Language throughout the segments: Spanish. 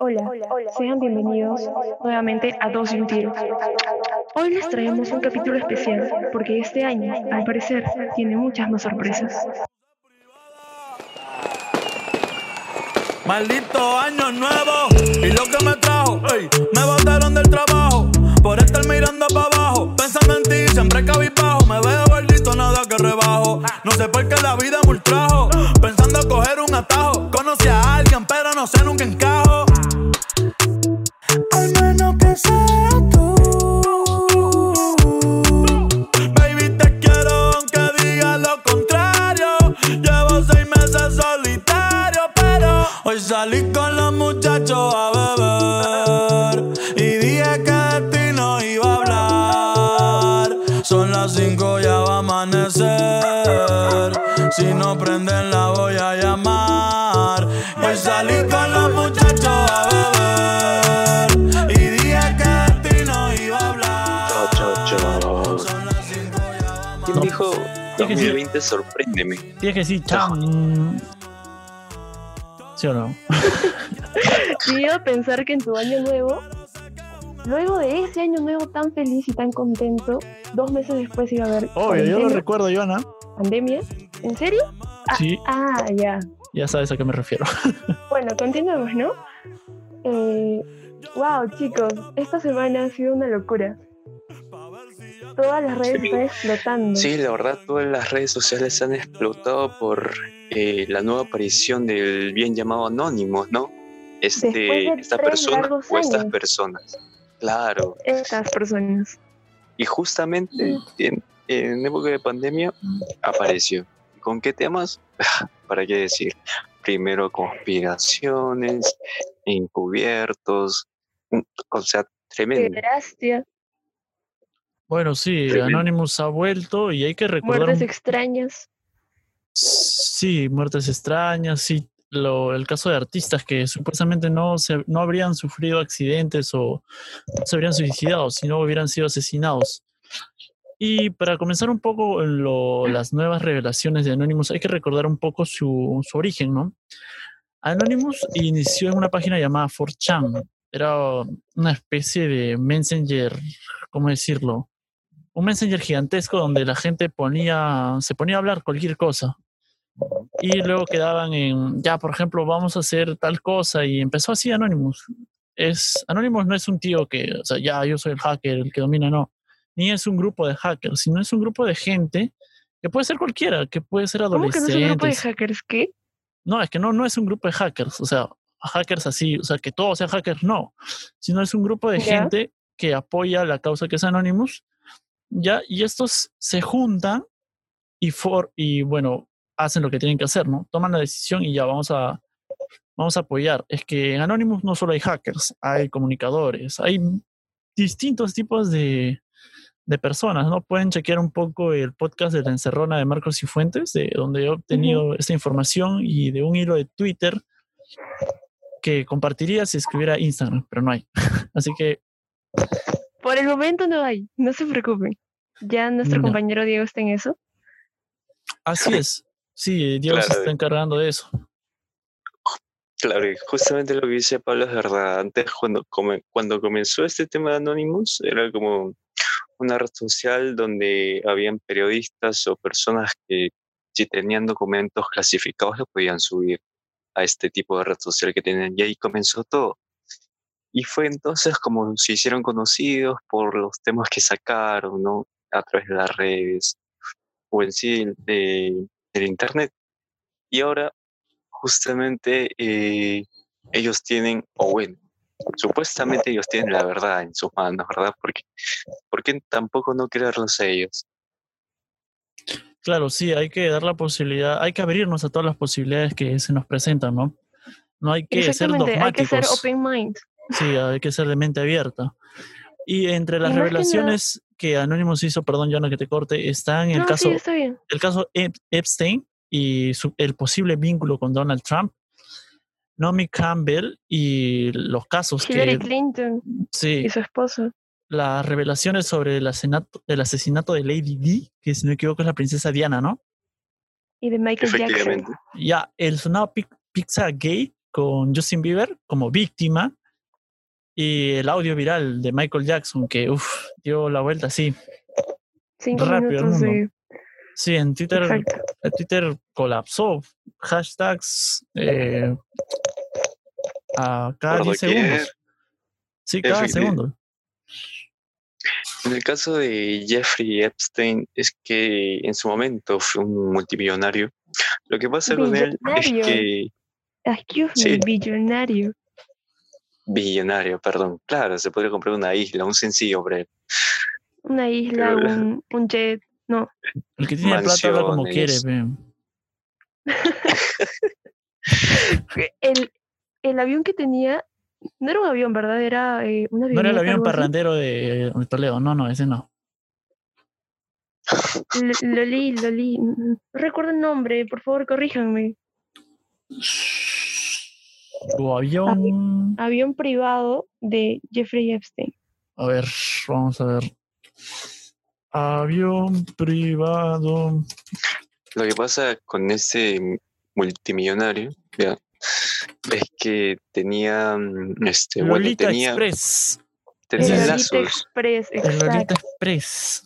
Hola, sean bienvenidos nuevamente a Dos y un Tiro. Hoy les traemos un capítulo especial porque este año, al parecer, tiene muchas más sorpresas. Maldito año nuevo y lo que me trajo, ey, me botaron del trabajo por estar mirando para abajo, pensando en ti, siempre cabizbajo. Me veo gordito, nada que rebajo. No sé por qué la vida me ultrajo, pensando coger un atajo. Conocí a alguien, pero no sé, nunca encajo. Al menos que seas tú. Baby, te quiero aunque digas lo contrario. Llevo 6 meses solitario, pero hoy salí con los muchachos a beber y dije que de ti no iba a hablar. Son las 5, ya va a amanecer. Si no prenden la voy a llamar. Hoy salí con los muchachos a beber y dije que de ti no iba a hablar. Chao. Son las 5, ya va a ¿Quién dijo que sí. 2020 sorpréndeme? Tienes que decir chao. ¿Sí o no? Y iba a pensar que en tu año nuevo, luego de ese año nuevo tan feliz y tan contento, 2 meses después iba a haber Obvio, yo lo recuerdo, Joana. pandemia. ¿En serio? Sí, Ya. ya sabes a qué me refiero. Bueno, continuemos, ¿no? Wow, chicos, esta semana ha sido una locura. Todas las redes Sí. están explotando. Sí, la verdad, todas las redes sociales han explotado por la nueva aparición del bien llamado Anonymous, ¿no? Después de Esta 3 persona largos o estas años. personas. Claro. Estas personas. Y justamente en época de pandemia apareció. ¿Con qué temas? ¿Para qué decir? Primero conspiraciones, encubiertos, o sea, tremendo. Pederastia, Bueno, sí, Tremendo. Anonymous ha vuelto y hay que recordar. muertes extrañas. Sí, muertes extrañas, sí. El caso de artistas que supuestamente no habrían sufrido accidentes o no se habrían suicidado, sino hubieran sido asesinados. Y para comenzar un poco en las nuevas revelaciones de Anonymous, hay que recordar un poco su origen, ¿no? Anonymous inició en una página llamada 4chan. Era una especie de messenger, ¿cómo decirlo? Un messenger gigantesco donde la gente se ponía a hablar cualquier cosa. Y luego quedaban ya, por ejemplo, vamos a hacer tal cosa, y empezó así Anonymous. Anonymous no es un tío que, o sea, ya yo soy el hacker, el que domina, no. Ni es un grupo de hackers, sino es un grupo de gente que puede ser cualquiera, que puede ser ¿Cómo que no es un grupo de adolescentes. hackers? ¿Qué? No, es que no es un grupo de hackers, o sea, hackers así, o sea, que todos sean hackers, no. Sino es un grupo de Ya. gente que apoya la causa que es Anonymous, ya, y estos se juntan y bueno, hacen lo que tienen que hacer, ¿no? Toman la decisión y ya vamos a apoyar. Es que en Anonymous no solo hay hackers, hay comunicadores, hay distintos tipos de personas, ¿no? Pueden chequear un poco el podcast de La Encerrona de Marcos y Fuentes, de donde he obtenido esta información, y de un hilo de Twitter que compartiría si escribiera Instagram, pero no hay. Así que Por el momento no hay, no se preocupen. Ya nuestro No. compañero Diego está en eso. así es. Sí, Dios se Claro. está encargando de eso. Claro, y justamente lo que dice Pablo es verdad. Antes, cuando comenzó este tema de Anonymous, era como una red social donde habían periodistas o personas que, si tenían documentos clasificados, los podían subir a este tipo de red social que tenían. Y ahí comenzó todo. Y fue entonces como se hicieron conocidos por los temas que sacaron, ¿no? A través de las redes o en sí del internet. Y ahora justamente ellos tienen, o bueno, supuestamente ellos tienen la verdad en sus manos, ¿verdad? Porque tampoco no creerlos a ellos. Claro, sí, hay que dar la posibilidad, hay que abrirnos a todas las posibilidades que se nos presentan, ¿no? No hay que ser Exactamente, hay que ser dogmáticos. open mind. Sí, hay que ser de mente abierta. Y entre las Y más que revelaciones que Anonymous hizo, perdón, Joana, que te corte, están el No, caso, sí, está bien. el caso Epstein y el posible vínculo con Donald Trump, Naomi Campbell y los casos Hillary que, Clinton sí, y su esposo. las revelaciones sobre el asesinato de Lady Di, que si no me equivoco es la princesa Diana, ¿no? Y de Michael Jackson. Efectivamente. Ya, el sonado Pizza Gay, con Justin Bieber como víctima y el audio viral de Michael Jackson que dio la vuelta así 5 rápido al minutos mundo. de... Sí, en Twitter, Exacto. Twitter colapsó. Hashtags a cada Por 10 doquier. segundos. Sí, cada segundo. En el caso de Jeffrey Epstein es que en su momento fue un multimillonario. Lo que pasa con él es que... Excuse Sí. me, billonario. Billonario, perdón. Claro, se podría comprar una isla, un sencillo, hombre. Una isla, Pero- un jet. No. El que tiene plata habla como quiere. Mansiones. El avión que tenía, no era un avión, ¿verdad? Era un avión. No era el avión parrandero de Toledo, no, ese no. Loli. No recuerdo el nombre, por favor, corríjanme. Su avión. Avión privado de Jeffrey Epstein. A ver, vamos a ver. Avión privado. Lo que pasa con ese multimillonario, ya, es que tenía, Lolita tenía Express. El Tenía Lolita lazos. Express, El Lolita exacto. Express.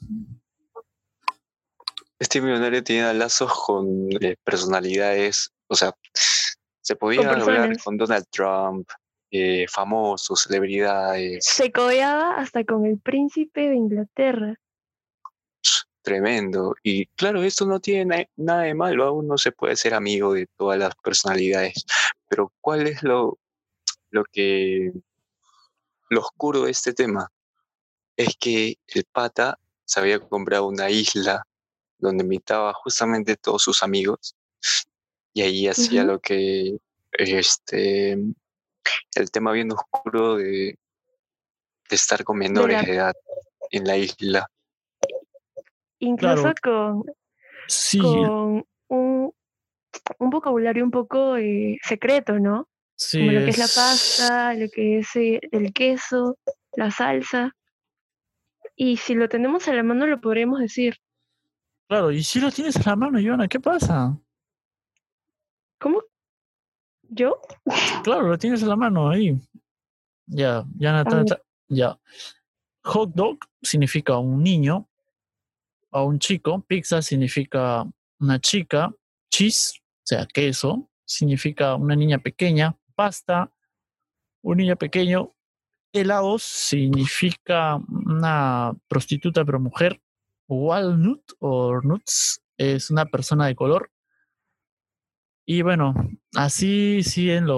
Este millonario tenía lazos con personalidades, o sea, se podía Con hablar personas. con Donald Trump, famosos, celebridades, Se codeaba hasta con el príncipe de Inglaterra. tremendo. Y claro, esto no tiene nada de malo, aún no se puede ser amigo de todas las personalidades. Pero ¿cuál es lo oscuro de este tema? Es que el pata se había comprado una isla donde invitaba justamente a todos sus amigos y ahí hacía Ujú. lo que el tema bien oscuro de estar con menores de edad en la isla. Incluso Claro. Sí, con un vocabulario un poco secreto, ¿no? sí. Como lo que es la pasta, lo que es el queso, la salsa. Y si lo tenemos a la mano lo podríamos decir. Claro, y si lo tienes a la mano, Joana, ¿qué pasa? ¿Cómo? ¿Yo? Claro, lo tienes a la mano ahí. Ya, ya. Hot dog significa un niño o un chico. Pizza significa una chica. Cheese, o sea, queso, significa una niña pequeña. Pasta, un niño pequeño. Helados significa una prostituta pero mujer. Walnut o nuts es una persona de color. Y bueno, así siguen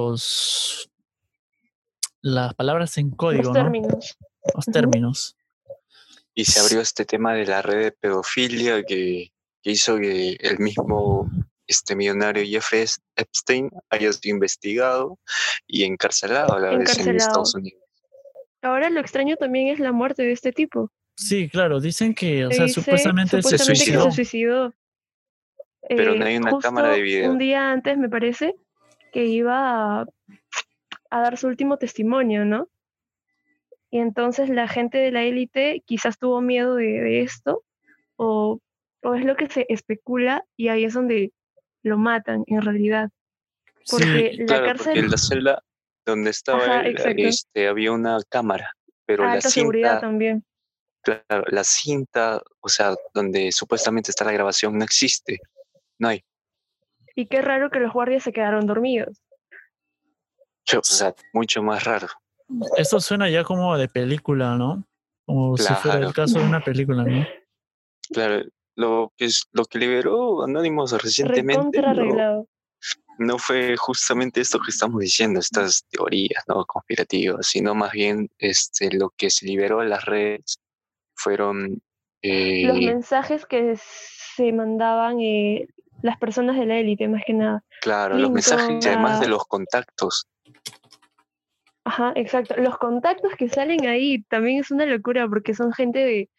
las palabras en código, Los ¿no? términos. Los términos. Y se abrió este tema de la red de pedofilia que hizo que el mismo millonario Jeffrey Epstein haya sido investigado y encarcelado a la vez en Estados Unidos. Ahora lo extraño también es la muerte de este tipo. Sí, claro, dicen que, o Se sea, dice supuestamente se que suicidó. se suicidó. Pero no hay una justo cámara de video. un día antes, me parece, que iba a dar su último testimonio, ¿no? Y entonces la gente de la élite quizás tuvo miedo de esto, o es lo que se especula, y ahí es donde lo matan en realidad. Porque Sí, claro, porque en la celda donde estaba Ajá, él había una cámara, pero la alta seguridad cinta, también. claro, la cinta, o sea, donde supuestamente está la grabación no existe, no hay. Y qué raro que los guardias se quedaron dormidos. O sea, mucho más raro. esto suena ya como de película, ¿no? Como si fuera el Claro. caso de una película, ¿no? Claro, lo que liberó Anonymous recientemente Recontra arreglado. no fue justamente esto que estamos diciendo, estas teorías, ¿no?, conspirativas, sino más bien lo que se liberó en las redes fueron Los mensajes que se mandaban las personas de la élite, más que nada. claro, los mensajes, además de los contactos. Ajá, exacto. Los contactos que salen ahí también es una locura porque son gente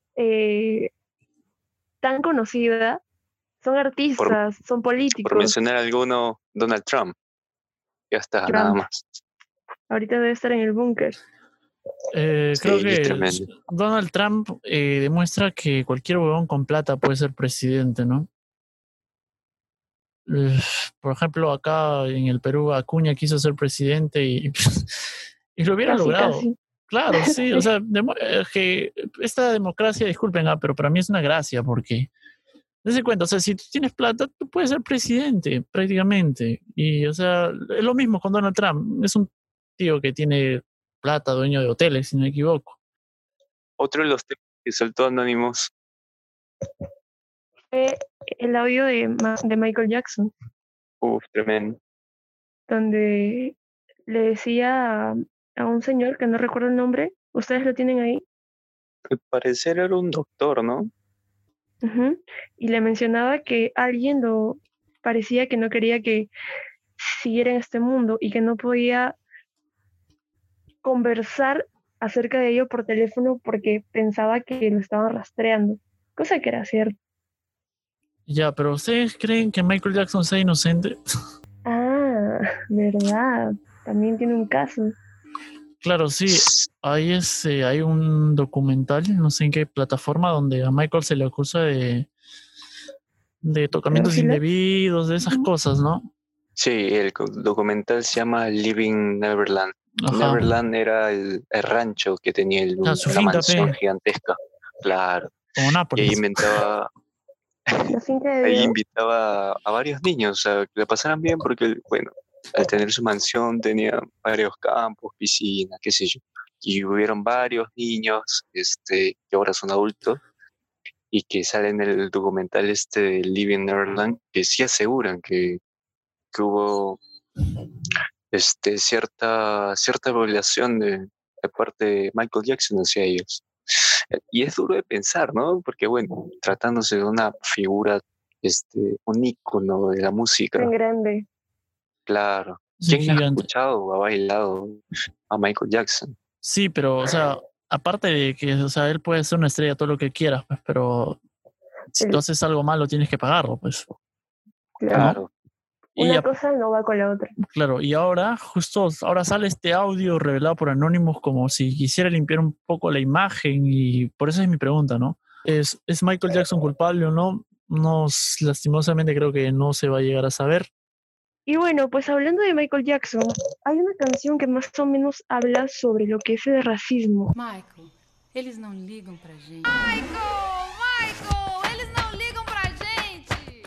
tan conocida, son artistas, son políticos. Por mencionar alguno, Donald Trump. Ya está, Trump. nada más. Ahorita debe estar en el búnker. Creo Sí, que tremendo. Donald Trump demuestra que cualquier huevón con plata puede ser presidente, ¿no? Por ejemplo, acá en el Perú, Acuña quiso ser presidente y lo hubiera Casi, logrado. casi. Claro, sí, o sea, que esta democracia, disculpen, pero para mí es una gracia porque, dense cuenta, o sea, si tú tienes plata, tú puedes ser presidente prácticamente. Y, o sea, es lo mismo con Donald Trump. Es un tío que tiene plata, dueño de hoteles, si no me equivoco. Otro de los temas que saltó Anonymous. Fue el audio de Michael Jackson, Tremendo. donde le decía a un señor que no recuerdo el nombre, ustedes lo tienen ahí. Al parecer era un doctor, ¿no? Ujú. Y le mencionaba que alguien lo parecía que no quería que siguiera en este mundo y que no podía conversar acerca de ello por teléfono porque pensaba que lo estaban rastreando, cosa que era cierto. Ya, pero ¿ustedes creen que Michael Jackson sea inocente? Ah, verdad, también tiene un caso. Claro, sí. Hay un documental, no sé en qué plataforma, donde a Michael se le acusa de tocamientos ¿Pedofilia? indebidos, de esas cosas, ¿no? Sí, el documental se llama Living Neverland. Ajá. Neverland era el rancho que tenía Su la finca, mansión pe, gigantesca. Claro. como Y ahí Nápoles. La finca de ahí Dios. invitaba a varios niños a que la pasaran bien porque, bueno, al tener su mansión tenía varios campos, piscinas, qué sé yo. Y hubieron varios niños que ahora son adultos y que salen en el documental de Living Neverland que sí aseguran que hubo cierta violación de parte de Michael Jackson hacia ellos. Y es duro de pensar, ¿no? Porque, bueno, tratándose de una figura, un ícono de la música, Tan grande. claro. Sí, ¿Quién no ha gigante. escuchado o ha bailado a Michael Jackson? Sí, pero, o sea, aparte de que, o sea, él puede ser una estrella, todo lo que quieras, pues, pero si tú El- haces algo malo, tienes que pagarlo, pues, claro. ¿no? Claro, Y Una cosa no va con la otra. claro, y ahora sale este audio revelado por Anonymous como si quisiera limpiar un poco la imagen y por eso es mi pregunta, ¿no? ¿Es Michael Jackson culpable o no? No, lastimosamente creo que no se va a llegar a saber. Y bueno, pues hablando de Michael Jackson, hay una canción que más o menos habla sobre lo que es el racismo. Michael, eles não ligam pra gente. Michael, eles não ligam pra gente.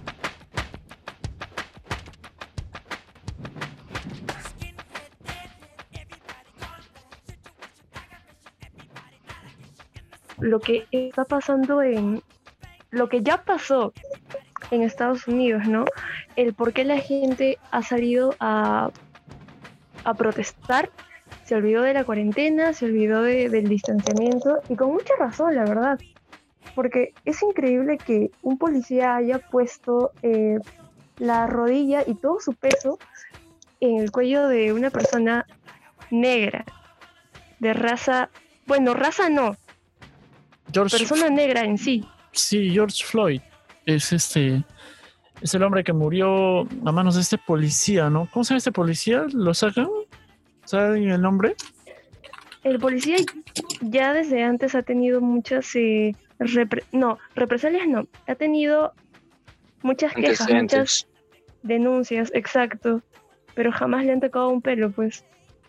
Lo que está pasando lo que ya pasó en Estados Unidos, ¿no? El por qué la gente ha salido a protestar, se olvidó de la cuarentena, se olvidó del distanciamiento y con mucha razón, la verdad. Porque es increíble que un policía haya puesto la rodilla y todo su peso en el cuello de una persona negra, de raza, bueno, raza no, persona negra en sí. Sí, George Floyd es el hombre que murió a manos de este policía, ¿no? ¿Cómo se llama este policía? ¿Lo sacan? ¿Saben el nombre? El policía ya desde antes ha tenido muchas represalias no, ha tenido muchas quejas, muchas denuncias, exacto, pero jamás le han tocado un pelo, pues.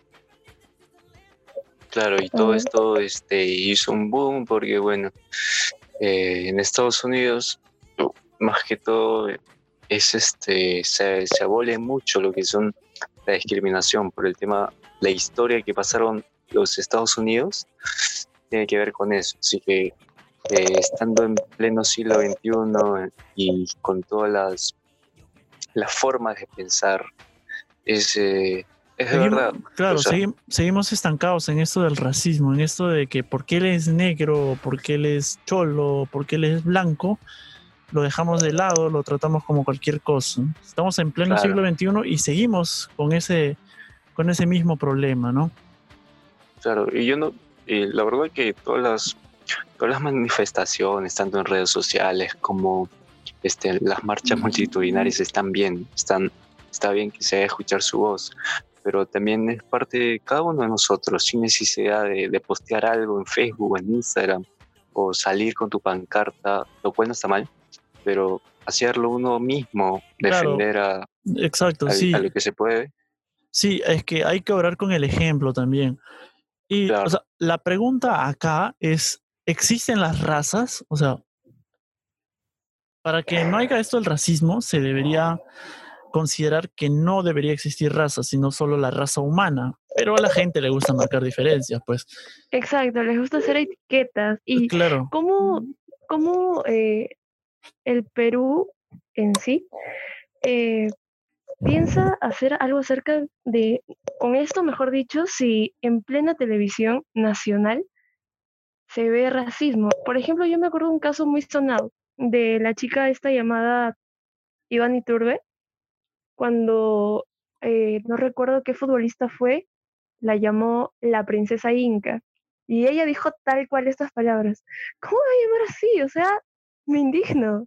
Claro, y todo esto hizo un boom porque, bueno, en Estados Unidos, más que todo, se abole mucho lo que son la discriminación por el tema, la historia que pasaron los Estados Unidos tiene que ver con eso. Así que estando en pleno siglo XXI y con todas las formas de pensar, es de verdad. Claro, O sea, seguimos estancados en esto del racismo, en esto de que porque él es negro, porque él es cholo, porque él es blanco, lo dejamos de lado, lo tratamos como cualquier cosa. Estamos en pleno siglo XXI y seguimos con ese mismo problema, ¿no? Claro, y la verdad que todas las manifestaciones, tanto en redes sociales como las marchas multitudinarias están bien, está bien que se haga escuchar su voz, pero también es parte de cada uno de nosotros, sin necesidad de postear algo en Facebook o en Instagram o salir con tu pancarta, lo cual no está mal, pero hacerlo uno mismo, Claro, defender exacto, sí. a lo que se puede, Sí, es que hay que obrar con el ejemplo también. Y, o claro. sea, la pregunta acá es, ¿existen las razas? O sea, para que no haya esto del racismo, se debería considerar que no debería existir raza, sino solo la raza humana. Pero a la gente le gusta marcar diferencias, pues. Exacto, les gusta hacer etiquetas. ¿Y Claro, cómo, cómo el Perú en sí eh, piensa hacer algo acerca de, con esto mejor dicho, si en plena televisión nacional se ve racismo? Por ejemplo, yo me acuerdo de un caso muy sonado de la chica esta llamada Iván Iturbe, cuando no recuerdo qué futbolista fue, la llamó la princesa Inca. Y ella dijo tal cual estas palabras. ¿Cómo va a llamar así? O sea, me indigno.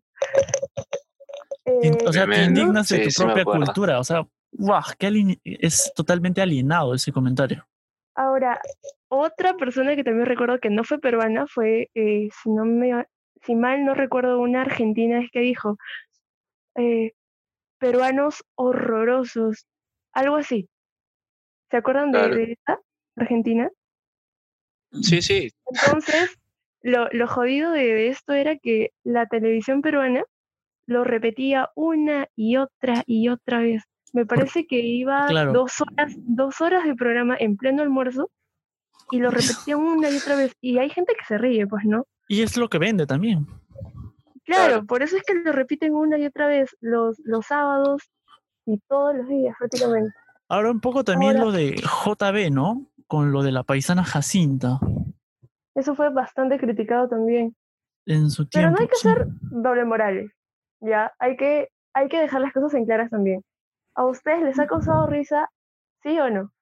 o sea, te No, indignas de Sí, tu sí me propia acuerdo. cultura. O sea, ¡guau! Es totalmente alienado ese comentario. ahora, otra persona que también recuerdo que no fue peruana fue, si mal no recuerdo, una argentina es que dijo, eh, peruanos horrorosos, algo así. ¿Se acuerdan Claro. de esta Argentina? Sí, sí, Entonces, lo jodido de esto era que la televisión peruana lo repetía una y otra vez. Me Por- parece que iba claro, 2 horas de programa en pleno almuerzo y lo repetían una y otra vez. Y hay gente que se ríe, pues, ¿no? y es lo que vende también. claro. Claro, por eso es que lo repiten una y otra vez los sábados y todos los días prácticamente. Ahora un poco también Ahora, lo de JB, ¿no? Con lo de la paisana Jacinta eso fue bastante criticado también. en su Pero no hay tiempo. que Sí. ser doble morales, ¿ya? Hay que dejar las cosas en claras también. ¿A ustedes les ha causado risa, sí o no?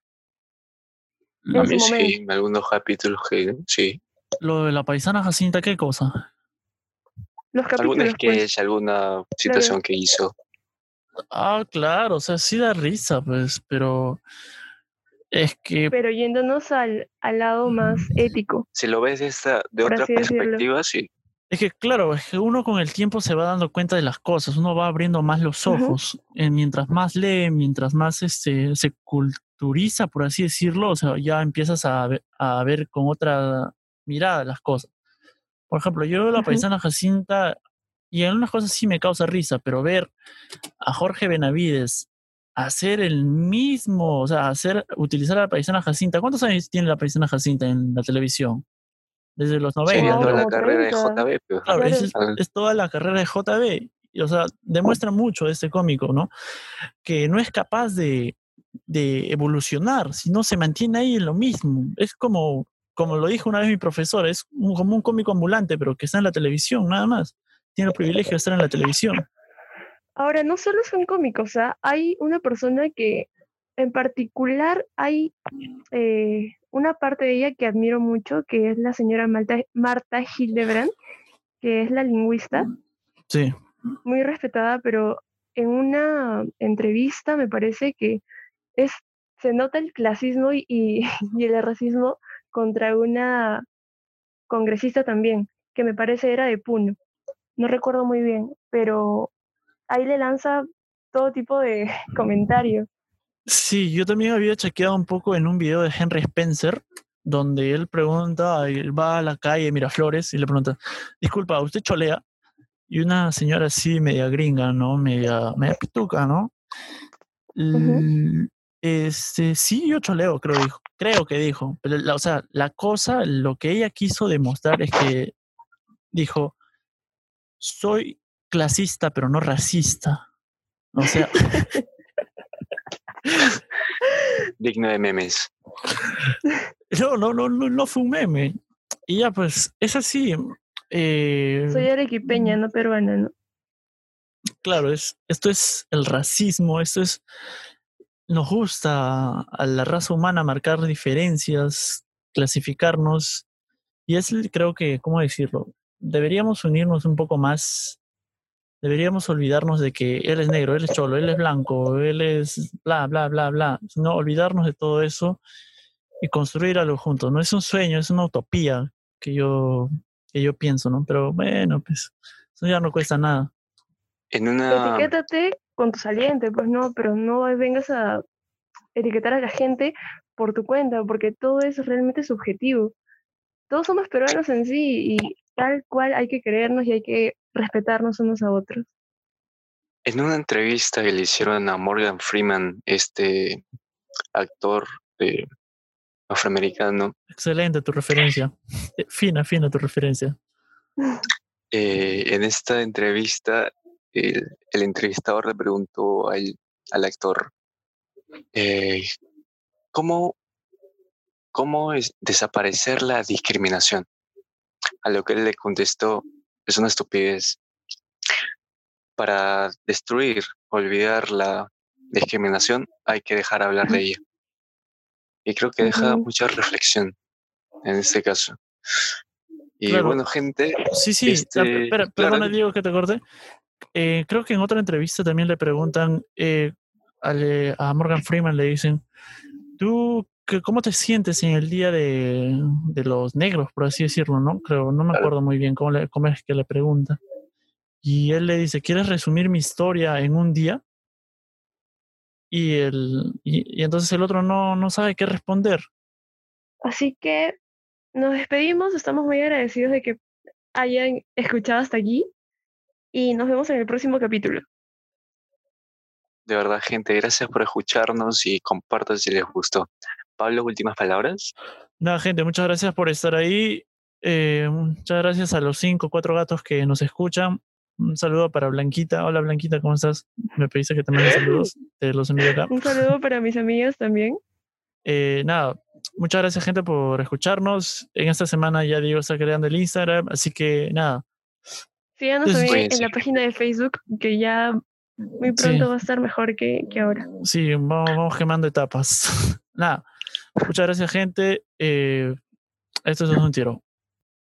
A En L- su mí sí, momento. en algunos capítulos que sí. Lo de la paisana Jacinta, ¿qué cosa? Los Alguna capítulos, pues, sketch, alguna claro. situación que hizo. Ah, claro, o sea, sí da risa, pues, pero es que, Pero yéndonos al lado más ético, Si lo ves de por otra así decirlo. perspectiva, sí. claro, es que uno con el tiempo se va dando cuenta de las cosas, uno va abriendo más los Ujú. ojos, mientras más lee, mientras más se culturiza, por así decirlo, o sea, ya empiezas a ver con otra mirada las cosas. Por ejemplo, yo veo la Ujú. paisana Jacinta y en unas cosas sí me causa risa, pero ver a Jorge Benavides hacer el mismo, o sea, utilizar a la paisana Jacinta. ¿Cuántos años tiene la paisana Jacinta en la televisión? Desde los 90, Sería Wow, toda creo. la como carrera de 30, JB, pues, Claro, claro. es toda la carrera de JB. Y, o sea, demuestra mucho de este cómico, ¿no? Que no es capaz de evolucionar, sino se mantiene ahí en lo mismo. Es como lo dijo una vez mi profesor, como un cómico ambulante, pero que está en la televisión, nada más. Tiene el privilegio de estar en la televisión. Ahora, no solo son cómicos, ¿ah? Hay una persona que en particular hay una parte de ella que admiro mucho, que es la señora Marta Hildebrandt, que es la lingüista, Sí. muy respetada, pero en una entrevista me parece que es, se nota el clasismo y el racismo contra una congresista también, que me parece era de Puno. No recuerdo muy bien, pero ahí le lanza todo tipo de comentarios. Sí, yo también había chequeado un poco en un video de Henry Spencer, donde él pregunta, él va a la calle Miraflores y le pregunta, disculpa, ¿usted cholea? Y una señora así, media gringa, ¿no? Media pituca, ¿no? Ujú. L- sí, yo choleo, creo que dijo. Pero, o sea, la cosa, lo que ella quiso demostrar es que dijo, soy clasista, pero no racista. O sea, digno de memes. no fue un meme. Y ya, pues, es así. Soy arequipeña, no peruana, ¿no? Claro, esto es el racismo, nos gusta a la raza humana marcar diferencias, clasificarnos, y creo que, ¿cómo decirlo? Deberíamos unirnos un poco más, deberíamos olvidarnos de que él es negro, él es cholo, él es blanco, él es bla, bla, bla, bla, no olvidarnos de todo eso y construir algo juntos. No es un sueño, es una utopía que yo, que yo pienso, ¿no? Pero bueno, pues eso ya no cuesta nada. En una... Etiquétate con tu saliente, pues no, pero no vengas a etiquetar a la gente por tu cuenta, porque todo eso es realmente subjetivo. Todos somos peruanos en sí y tal cual hay que querernos y hay que respetarnos unos a otros. En una entrevista que le hicieron a Morgan Freeman, este actor afroamericano, Excelente tu referencia. Fina tu referencia. en esta entrevista el entrevistador le preguntó al actor, eh, ¿cómo es desaparecer la discriminación? A lo que él le contestó, es una estupidez. Para destruir, olvidar la discriminación, hay que dejar hablar de ella. Y creo que deja Ujú. mucha reflexión en este caso. Y Claro. bueno, gente, Sí. Espera, claro, perdona, Diego, que te corte. Creo que en otra entrevista también le preguntan a Morgan Freeman, le dicen, ¿tú cómo te sientes en el día de los negros, por así decirlo, no? Creo, no me claro. acuerdo muy bien cómo es que le pregunta. Y él le dice, ¿quieres resumir mi historia en un día? Y entonces el otro no sabe qué responder. Así que nos despedimos, estamos muy agradecidos de que hayan escuchado hasta aquí y nos vemos en el próximo capítulo. De verdad, gente, gracias por escucharnos y compartan si les gustó. Pablo, últimas palabras. Nada, gente, muchas gracias por estar ahí. Muchas gracias a los 5 o 4 gatos que nos escuchan. Un saludo para Blanquita. Hola, Blanquita, ¿cómo estás? Me pediste que te mande saludos. Te los envío acá. Un saludo para mis amigas también. Nada, muchas gracias, gente, por escucharnos. En esta semana ya Diego está creando el Instagram, así que nada. Síganos también Cuídense. en la página de Facebook, que ya muy pronto va a estar mejor que ahora. Sí, vamos quemando etapas. Nada, muchas gracias, gente. Esto es un tiro.